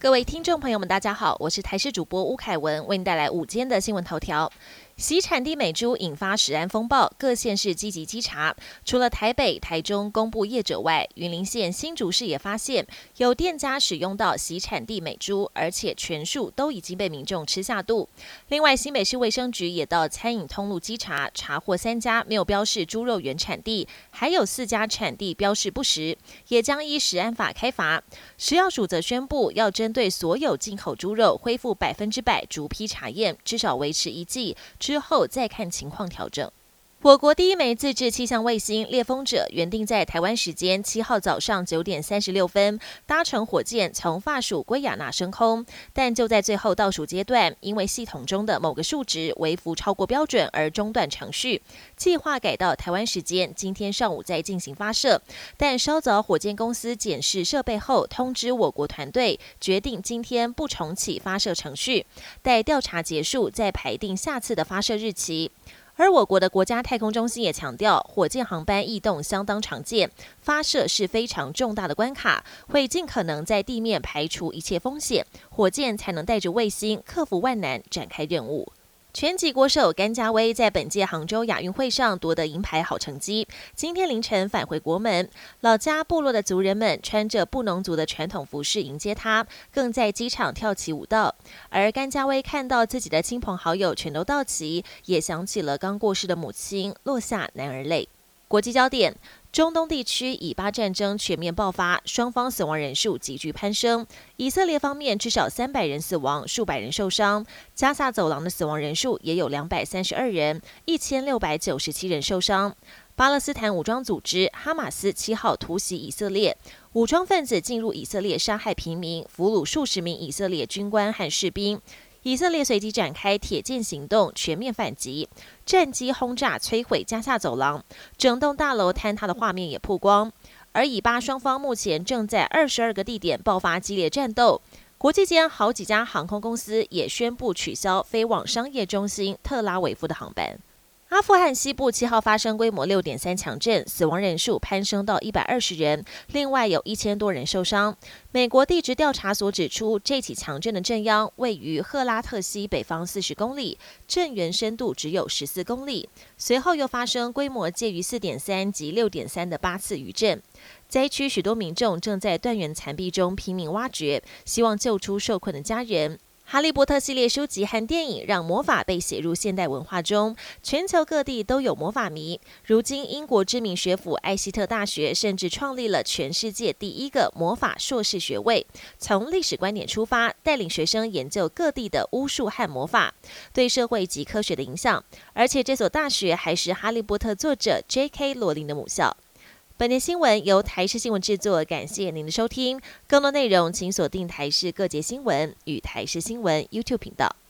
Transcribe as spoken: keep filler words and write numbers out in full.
各位听众朋友们，大家好，我是台视主播吴凯文，为您带来午间的新闻头条。洗产地美猪引发食安风暴，各县市积极稽查。除了台北、台中公布业者外，云林县新竹市也发现有店家使用到洗产地美猪，而且全数都已经被民众吃下肚。另外，新北市卫生局也到餐饮通路稽查，查获三家没有标示猪肉原产地，还有四家产地标示不实，也将依食安法开罚。食药署则宣布要针对所有进口猪肉恢复百分之百逐批查验，至少维持一季。之后再看情况调整。我国第一枚自制气象卫星猎风者原定在台湾时间七号早上九点三十六分搭乘火箭从法属圭亚那升空，但就在最后倒数阶段，因为系统中的某个数值微幅超过标准而中断程序，计划改到台湾时间今天上午再进行发射。但稍早火箭公司检视设备后，通知我国团队决定今天不重启发射程序，待调查结束再排定下次的发射日期。而我国的国家太空中心也强调，火箭航班异动相当常见，发射是非常重大的关卡，会尽可能在地面排除一切风险，火箭才能带着卫星克服万难展开任务。拳击国手甘家威在本届杭州亚运会上夺得银牌好成绩，今天凌晨返回国门，老家部落的族人们穿着布农族的传统服饰迎接他，更在机场跳起舞蹈。而甘家威看到自己的亲朋好友全都到齐，也想起了刚过世的母亲，落下男儿泪。国际焦点：中东地区以巴战争全面爆发，双方死亡人数急剧攀升。以色列方面至少三百人死亡，数百人受伤。加萨走廊的死亡人数也有两百三十二人，一千六百九十七人受伤。巴勒斯坦武装组织哈马斯七号突袭以色列，武装分子进入以色列杀害平民，俘虏数十名以色列军官和士兵。以色列随即展开铁剑行动，全面反击，战机轰炸摧毁加萨走廊，整栋大楼坍塌的画面也曝光。而以巴双方目前正在二十二个地点爆发激烈战斗，国际间好几家航空公司也宣布取消飞往商业中心特拉维夫的航班。阿富汗西部七号发生规模 六点三 强震，死亡人数攀升到一百二十人，另外有一千多人受伤。美国地质调查所指出，这起强震的震央位于赫拉特西北方四十公里，震源深度只有十四公里。随后又发生规模介于 四点三 及 六点三 的八次余震。灾区许多民众正在断垣残壁中拼命挖掘，希望救出受困的家人。哈利波特系列书籍和电影让魔法被写入现代文化中，全球各地都有魔法迷。如今，英国知名学府艾希特大学甚至创立了全世界第一个魔法硕士学位，从历史观点出发，带领学生研究各地的巫术和魔法对社会及科学的影响。而且，这所大学还是哈利波特作者 J K 罗琳的母校。本节新闻由台视新闻制作，感谢您的收听。更多内容请锁定台视各节新闻与台视新闻 YouTube 频道。